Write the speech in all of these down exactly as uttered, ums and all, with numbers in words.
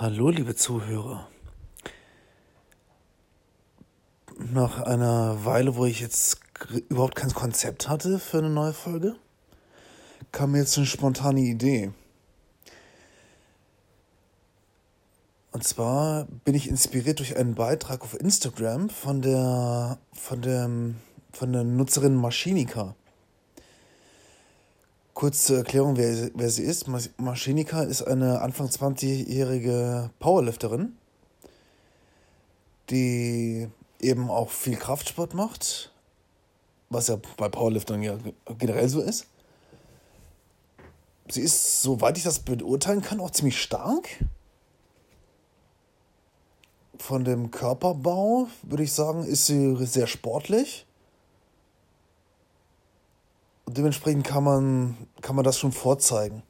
Hallo, liebe Zuhörer. Nach einer Weile, wo ich jetzt gr- überhaupt kein Konzept hatte für eine neue Folge, kam mir jetzt eine spontane Idee. Und zwar bin ich inspiriert durch einen Beitrag auf Instagram von der von dem von der Nutzerin Maschinika. Kurz zur Erklärung, wer, sie- wer sie ist. Mas- Maschinika ist eine Anfang zwanzigjährige Powerlifterin, die eben auch viel Kraftsport macht, was ja bei Powerliftern ja generell so ist. Sie ist, soweit ich das beurteilen kann, auch ziemlich stark. Von dem Körperbau würde ich sagen, ist sie sehr sportlich. Und dementsprechend kann man, kann man das schon vorzeigen.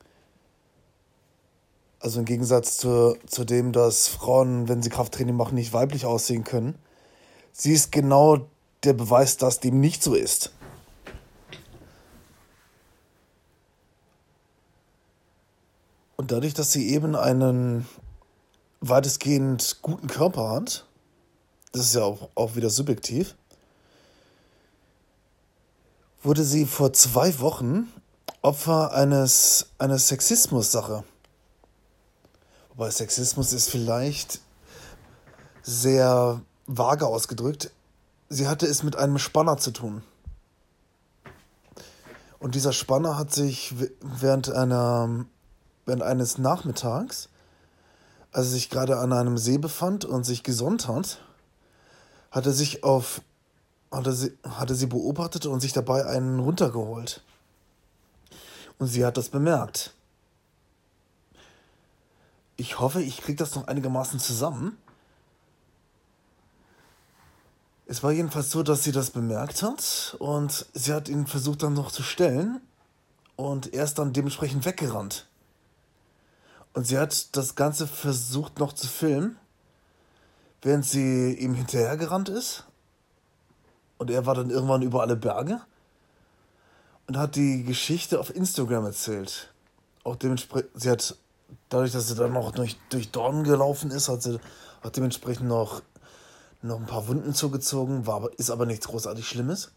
Also im Gegensatz zu, zu dem, dass Frauen, wenn sie Krafttraining machen, nicht weiblich aussehen können. Sie ist genau der Beweis, dass dem nicht so ist. Und dadurch, dass sie eben einen weitestgehend guten Körper hat, das ist ja auch, auch wieder subjektiv, wurde sie vor zwei Wochen Opfer eines, einer Sexismus-Sache. Wobei Sexismus ist vielleicht sehr vage ausgedrückt. Sie hatte es mit einem Spanner zu tun. Und dieser Spanner hat sich während einer, während eines Nachmittags, als er sich gerade an einem See befand und sich gesonnt hat, hat er sich auf, hatte sie, hatte sie beobachtet und sich dabei einen runtergeholt. Und sie hat das bemerkt. Ich hoffe, ich kriege das noch einigermaßen zusammen. Es war jedenfalls so, dass sie das bemerkt hat und sie hat ihn versucht dann noch zu stellen und er ist dann dementsprechend weggerannt. Und sie hat das Ganze versucht noch zu filmen, während sie ihm hinterhergerannt ist. Und er war dann irgendwann über alle Berge und hat die Geschichte auf Instagram erzählt. Auch dementsprechend, sie hat, dadurch, dass sie dann noch durch, durch Dornen gelaufen ist, hat sie hat dementsprechend noch, noch ein paar Wunden zugezogen, war, aber- ist aber nichts großartig Schlimmes.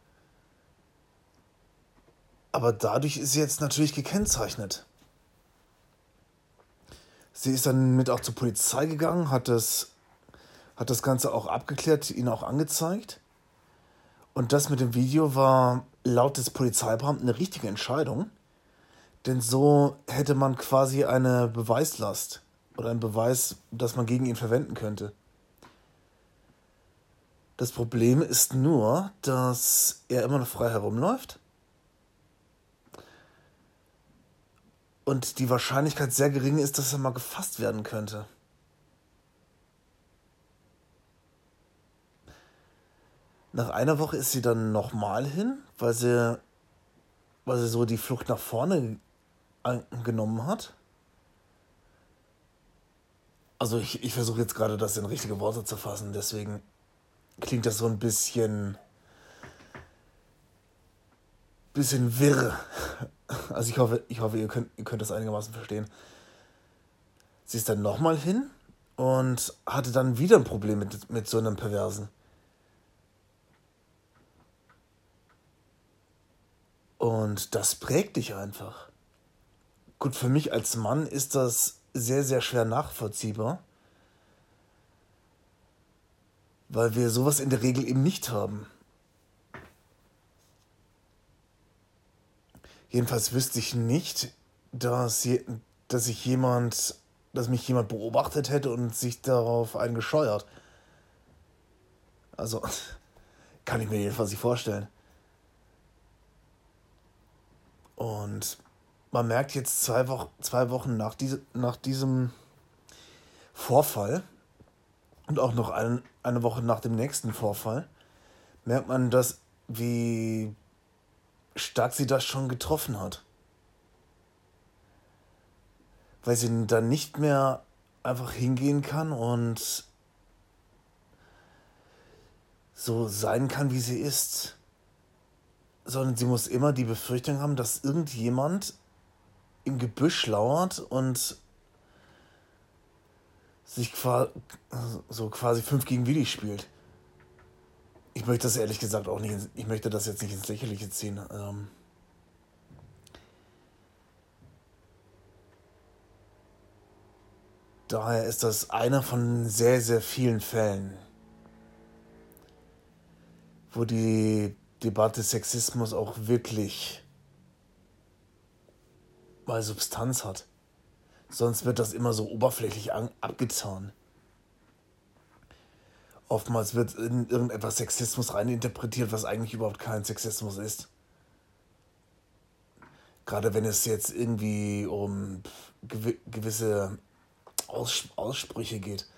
Aber dadurch ist sie jetzt natürlich gekennzeichnet. Sie ist dann mit auch zur Polizei gegangen, hat das, hat das Ganze auch abgeklärt, ihn auch angezeigt. Und das mit dem Video war laut des Polizeibeamten eine richtige Entscheidung, denn so hätte man quasi eine Beweislast oder einen Beweis, das man gegen ihn verwenden könnte. Das Problem ist nur, dass er immer noch frei herumläuft und die Wahrscheinlichkeit sehr gering ist, dass er mal gefasst werden könnte. Nach einer Woche ist sie dann nochmal hin, weil sie, weil sie so die Flucht nach vorne angenommen hat. Also ich, ich versuche jetzt gerade das in richtige Worte zu fassen, deswegen klingt das so ein bisschen, bisschen wirr. Also ich hoffe, ich hoffe ihr, könnt, ihr könnt das einigermaßen verstehen. Sie ist dann nochmal hin und hatte dann wieder ein Problem mit, mit so einem Perversen. Und das prägt dich einfach. Gut, für mich als Mann ist das sehr, sehr schwer nachvollziehbar, weil wir sowas in der Regel eben nicht haben. Jedenfalls wüsste ich nicht, dass, je, dass sich jemand, dass mich jemand beobachtet hätte und sich darauf eingescheuert. Also, kann ich mir jedenfalls nicht vorstellen. Und man merkt jetzt zwei, Wochen, zwei Wochen nach, diese, nach diesem Vorfall und auch noch ein, eine Woche nach dem nächsten Vorfall, merkt man, dass wie stark sie das schon getroffen hat. Weil sie dann nicht mehr einfach hingehen kann und so sein kann, wie sie ist. Sondern sie muss immer die Befürchtung haben, dass irgendjemand im Gebüsch lauert und sich qua- so quasi fünf gegen Willi spielt. Ich möchte das ehrlich gesagt auch nicht, ins, ich möchte das jetzt nicht ins Lächerliche ziehen. Ähm, daher ist das einer von sehr, sehr vielen Fällen, wo die Debatte Sexismus auch wirklich mal Substanz hat. Sonst wird das immer so oberflächlich an, abgetan. Oftmals wird in irgendetwas Sexismus reininterpretiert, was eigentlich überhaupt kein Sexismus ist. Gerade wenn es jetzt irgendwie um gewi- gewisse Aus Aussprüche geht.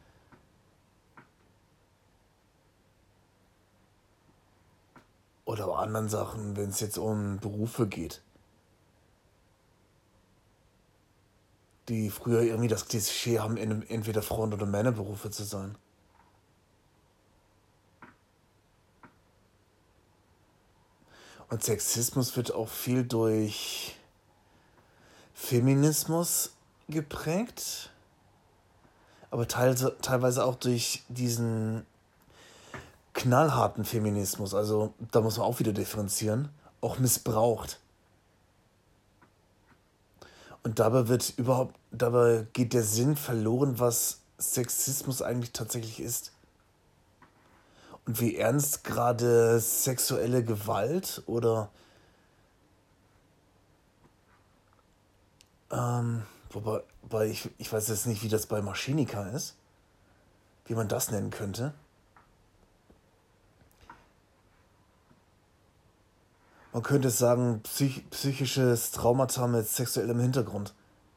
Oder anderen Sachen, wenn es jetzt um Berufe geht. Die früher irgendwie das Klischee haben, entweder Frauen- oder Männerberufe zu sein. Und Sexismus wird auch viel durch Feminismus geprägt, aber teils, teilweise auch durch diesen knallharten Feminismus, also da muss man auch wieder differenzieren, auch missbraucht. Und dabei wird überhaupt, dabei geht der Sinn verloren, was Sexismus eigentlich tatsächlich ist. Und wie ernst gerade sexuelle Gewalt oder ähm, wobei, wobei ich, ich weiß jetzt nicht, wie das bei Maschinika ist, wie man das nennen könnte. Man könnte sagen, psych psychisches Traumata mit sexuellem Hintergrund.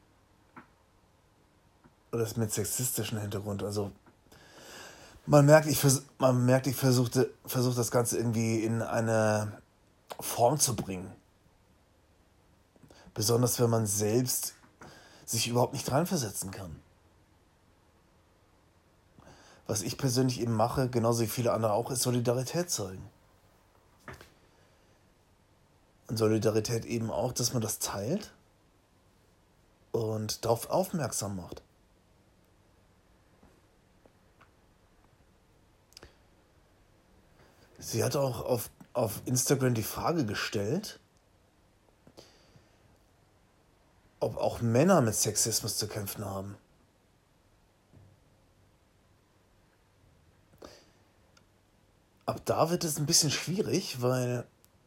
Oder mit sexistischem Hintergrund. Also man merkt, ich, vers man merkt, ich versuchte, versuche das Ganze irgendwie in eine Form zu bringen. Besonders wenn man selbst sich überhaupt nicht reinversetzen kann. Was ich persönlich eben mache, genauso wie viele andere auch, ist Solidarität zeigen. Und Solidarität eben auch, dass man das teilt und darauf aufmerksam macht. Sie hat auch auf, auf Instagram die Frage gestellt, ob auch Männer mit Sexismus zu kämpfen haben. Ab da wird es ein bisschen schwierig, weil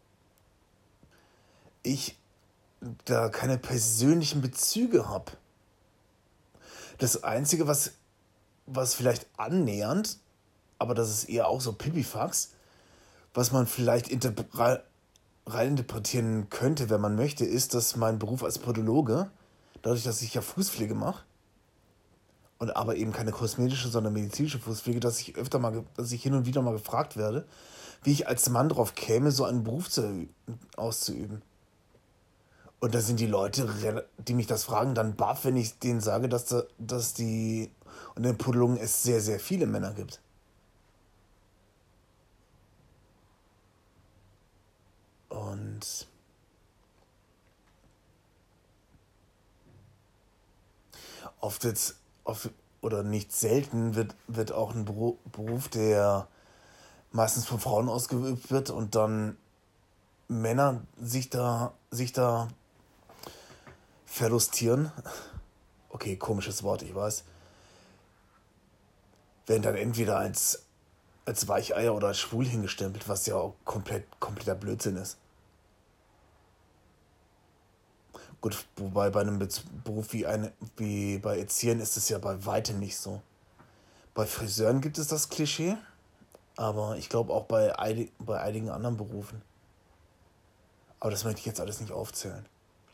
ich da keine persönlichen Bezüge habe. Das Einzige, was, was vielleicht annähernd, aber das ist eher auch so Pipifax, was man vielleicht interpre- reininterpretieren könnte, wenn man möchte, ist, dass mein Beruf als Podologe, dadurch, dass ich ja Fußpflege mache, und aber eben keine kosmetische, sondern medizinische Fußpflege, dass ich öfter mal, ge- dass ich hin und wieder mal gefragt werde, wie ich als Mann drauf käme, so einen Beruf zu, auszuüben. Und da sind die Leute, rela- die mich das fragen, dann baff, wenn ich denen sage, dass, da, dass die und in Pudelungen es sehr, sehr viele Männer gibt. Und oft jetzt, oft, oder nicht selten, wird, wird auch ein Beru- Beruf, der meistens von Frauen ausgeübt wird und dann Männer sich da, sich da verlustieren. Okay, komisches Wort, ich weiß. Werden dann entweder als, als Weicheier oder als schwul hingestempelt, was ja auch komplett, kompletter Blödsinn ist. Gut, wobei bei einem Bez- Beruf wie, eine, wie bei Erziehern ist es ja bei weitem nicht so. Bei Friseuren gibt es das Klischee, aber ich glaube auch bei, eidi- bei einigen anderen Berufen. Aber das möchte ich jetzt alles nicht aufzählen.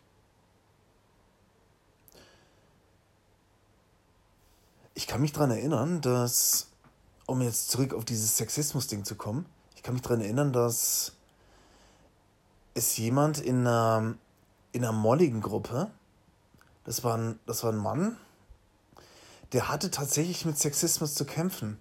Ich kann mich daran erinnern, dass, um jetzt zurück auf dieses Sexismus-Ding zu kommen, ich kann mich daran erinnern, dass es jemand in einer, in einer molligen Gruppe, das war, ein, das war ein Mann, der hatte tatsächlich mit Sexismus zu kämpfen.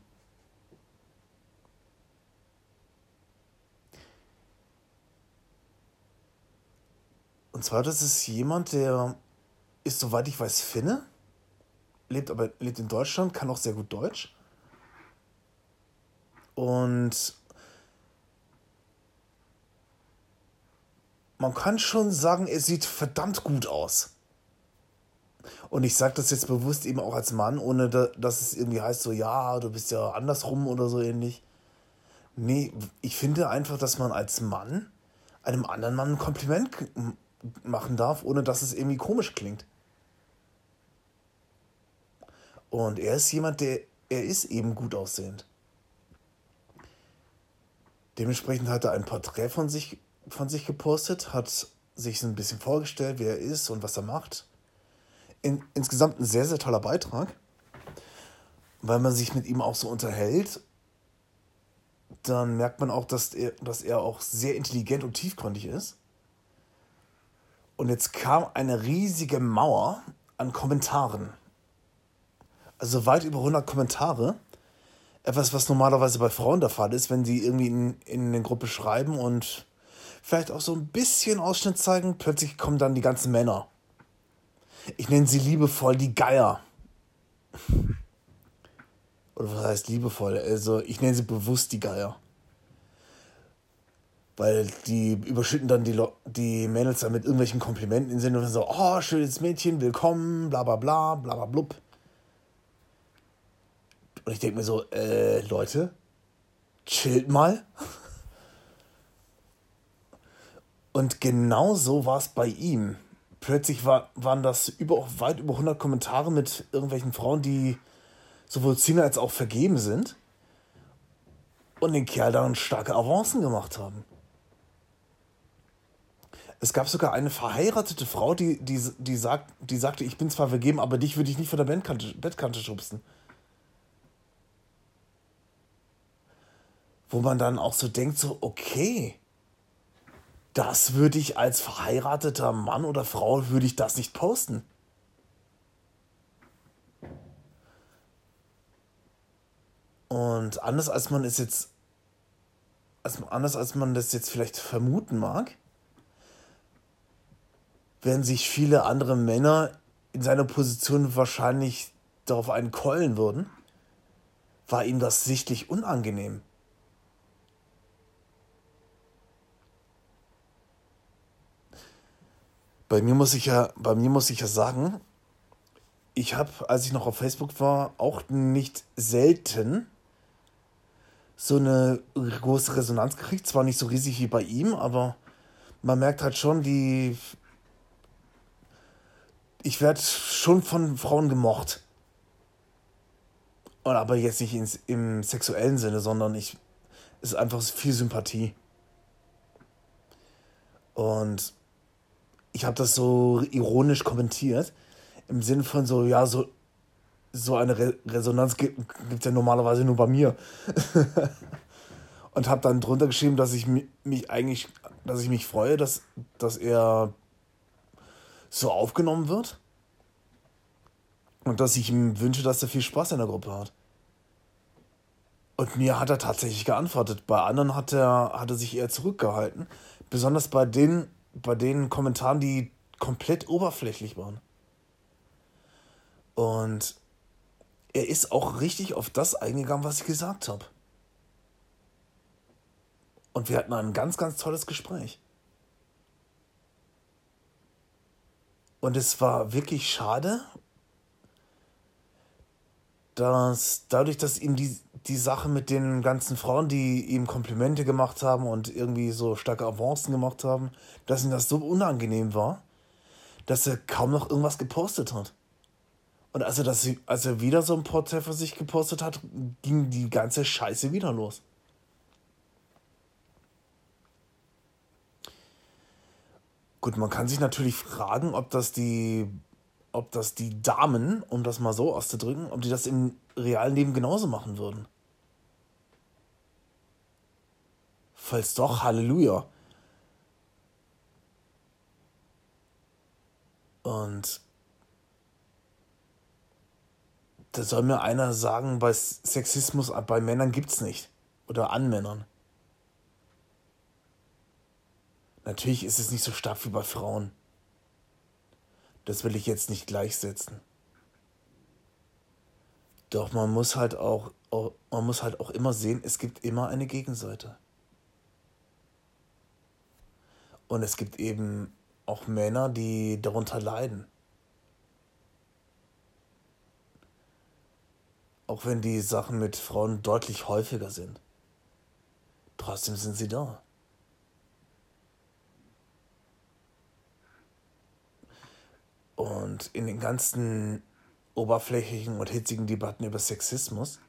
Und zwar, das ist jemand, der ist, soweit ich weiß, Finne. lebt aber lebt in Deutschland, kann auch sehr gut Deutsch. Und man kann schon sagen, er sieht verdammt gut aus. Und ich sage das jetzt bewusst eben auch als Mann, ohne da, dass es irgendwie heißt, so, ja, du bist ja andersrum oder so ähnlich. Nee, ich finde einfach, dass man als Mann einem anderen Mann ein Kompliment k- m- machen darf, ohne dass es irgendwie komisch klingt. Und er ist jemand, der, er ist eben gut aussehend. Dementsprechend hat er ein Porträt von sich, von sich gepostet, hat sich so ein bisschen vorgestellt, wer er ist und was er macht. In, insgesamt ein sehr, sehr toller Beitrag, weil man sich mit ihm auch so unterhält. Dann merkt man auch, dass er, dass er auch sehr intelligent und tiefgründig ist. Und jetzt kam eine riesige Mauer an Kommentaren. Also weit über hundert Kommentare. Etwas, was normalerweise bei Frauen der Fall ist, wenn sie irgendwie in, in eine Gruppe schreiben und vielleicht auch so ein bisschen Ausschnitt zeigen. Plötzlich kommen dann die ganzen Männer. Ich nenne sie liebevoll die Geier. Oder was heißt liebevoll? Also ich nenne sie bewusst die Geier. Weil die überschütten dann die, Lo- die Mädels dann mit irgendwelchen Komplimenten im Sinne von so, oh, schönes Mädchen, willkommen, bla bla bla, bla bla blub. Und ich denke mir so, äh, Leute, chillt mal. Und genau so war es bei ihm. Plötzlich war, waren das über, weit über hundert Kommentare mit irgendwelchen Frauen, die sowohl Single als auch vergeben sind und den Kerl dann starke Avancen gemacht haben. Es gab sogar eine verheiratete Frau, die, die, die, sagt, die sagte, ich bin zwar vergeben, aber dich würde ich nicht von der Bettkante, Bettkante schubsen. Wo man dann auch so denkt, so, okay, das würde ich als verheirateter Mann oder Frau, würde ich das nicht posten. Und anders als man es jetzt, als, anders als man das jetzt vielleicht vermuten mag, werden sich viele andere Männer in seiner Position wahrscheinlich darauf einen keulen würden, war ihm das sichtlich unangenehm. Bei mir muss ich ja, bei mir muss ich ja sagen, ich habe, als ich noch auf Facebook war, auch nicht selten so eine große Resonanz gekriegt. Zwar nicht so riesig wie bei ihm, aber man merkt halt schon, die, ich werde schon von Frauen gemocht. Und aber jetzt nicht ins, im sexuellen Sinne, sondern ich, es ist einfach viel Sympathie. Und ich habe das so ironisch kommentiert, im Sinne von so, ja, so, so eine Re Resonanz gibt es ja normalerweise nur bei mir. Und habe dann drunter geschrieben, dass ich mi- mich eigentlich, dass ich mich freue, dass, dass er so aufgenommen wird und dass ich ihm wünsche, dass er viel Spaß in der Gruppe hat. Und mir hat er tatsächlich geantwortet. Bei anderen hat er, hat er sich eher zurückgehalten. Besonders bei den, bei den Kommentaren, die komplett oberflächlich waren. Und er ist auch richtig auf das eingegangen, was ich gesagt habe. Und wir hatten ein ganz, ganz tolles Gespräch. Und es war wirklich schade, dass dadurch, dass ihm die, die Sache mit den ganzen Frauen, die ihm Komplimente gemacht haben und irgendwie so starke Avancen gemacht haben, dass ihm das so unangenehm war, dass er kaum noch irgendwas gepostet hat. Und als er, das, als er wieder so ein Porträt für sich gepostet hat, ging die ganze Scheiße wieder los. Gut, man kann sich natürlich fragen, ob das die, ob das die Damen, um das mal so auszudrücken, ob die das im realen Leben genauso machen würden. Falls doch, Halleluja. Und da soll mir einer sagen, bei Sexismus bei Männern gibt's nicht. Oder an Männern. Natürlich ist es nicht so stark wie bei Frauen. Das will ich jetzt nicht gleichsetzen. Doch man muss halt auch, auch, man muss halt auch immer sehen, es gibt immer eine Gegenseite. Und es gibt eben auch Männer, die darunter leiden. Auch wenn die Sachen mit Frauen deutlich häufiger sind. Trotzdem sind sie da. Und in den ganzen oberflächlichen und hitzigen Debatten über Sexismus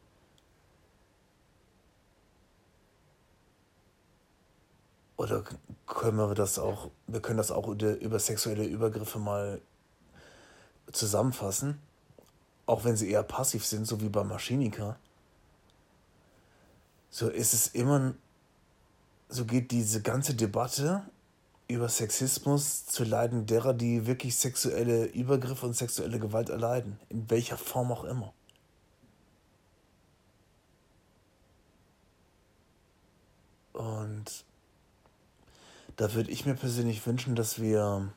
oder können wir das auch, wir können das auch über, über sexuelle Übergriffe mal zusammenfassen, auch wenn sie eher passiv sind, so wie bei Maschinika. So ist es immer, so geht diese ganze Debatte über Sexismus zu Leiden derer, die wirklich sexuelle Übergriffe und sexuelle Gewalt erleiden, in welcher Form auch immer. Und da würde ich mir persönlich wünschen, dass wir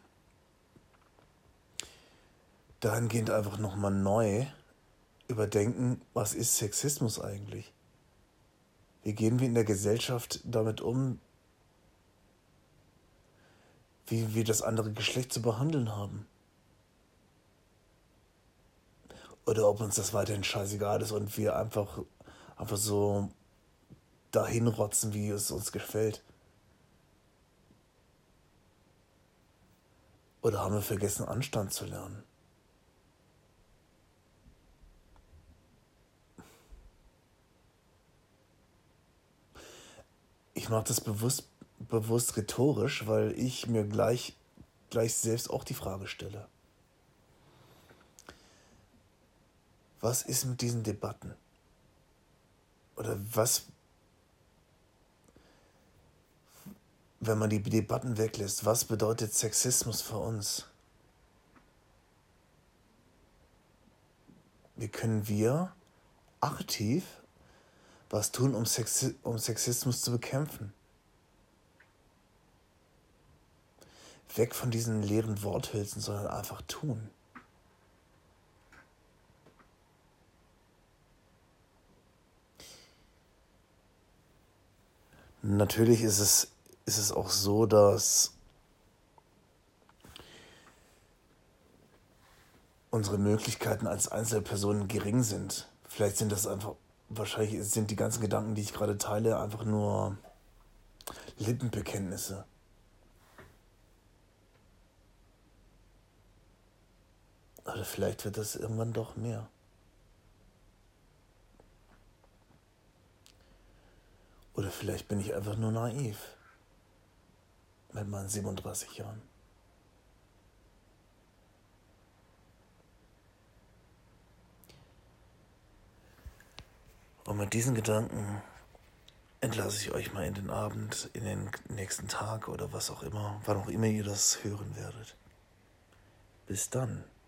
dahingehend einfach nochmal neu überdenken, was ist Sexismus eigentlich? Wie gehen wir in der Gesellschaft damit um, wie wir das andere Geschlecht zu behandeln haben? Oder ob uns das weiterhin scheißegal ist und wir einfach, einfach so dahin rotzen, wie es uns gefällt. Oder haben wir vergessen, Anstand zu lernen? Ich mache das bewusst, bewusst rhetorisch, weil ich mir gleich, gleich selbst auch die Frage stelle. Was ist mit diesen Debatten? Oder was, wenn man die Debatten weglässt, was bedeutet Sexismus für uns? Wie können wir aktiv was tun, um, Sexi- um Sexismus zu bekämpfen? Weg von diesen leeren Worthülsen, sondern einfach tun. Natürlich ist es, ist es auch so, dass unsere Möglichkeiten als Einzelpersonen gering sind. Vielleicht sind das einfach, wahrscheinlich sind die ganzen Gedanken, die ich gerade teile, einfach nur Lippenbekenntnisse. Oder vielleicht wird das irgendwann doch mehr. Oder vielleicht bin ich einfach nur naiv. Mit meinen siebenunddreißig Jahren. Und mit diesen Gedanken entlasse ich euch mal in den Abend, in den nächsten Tag oder was auch immer, wann auch immer ihr das hören werdet. Bis dann.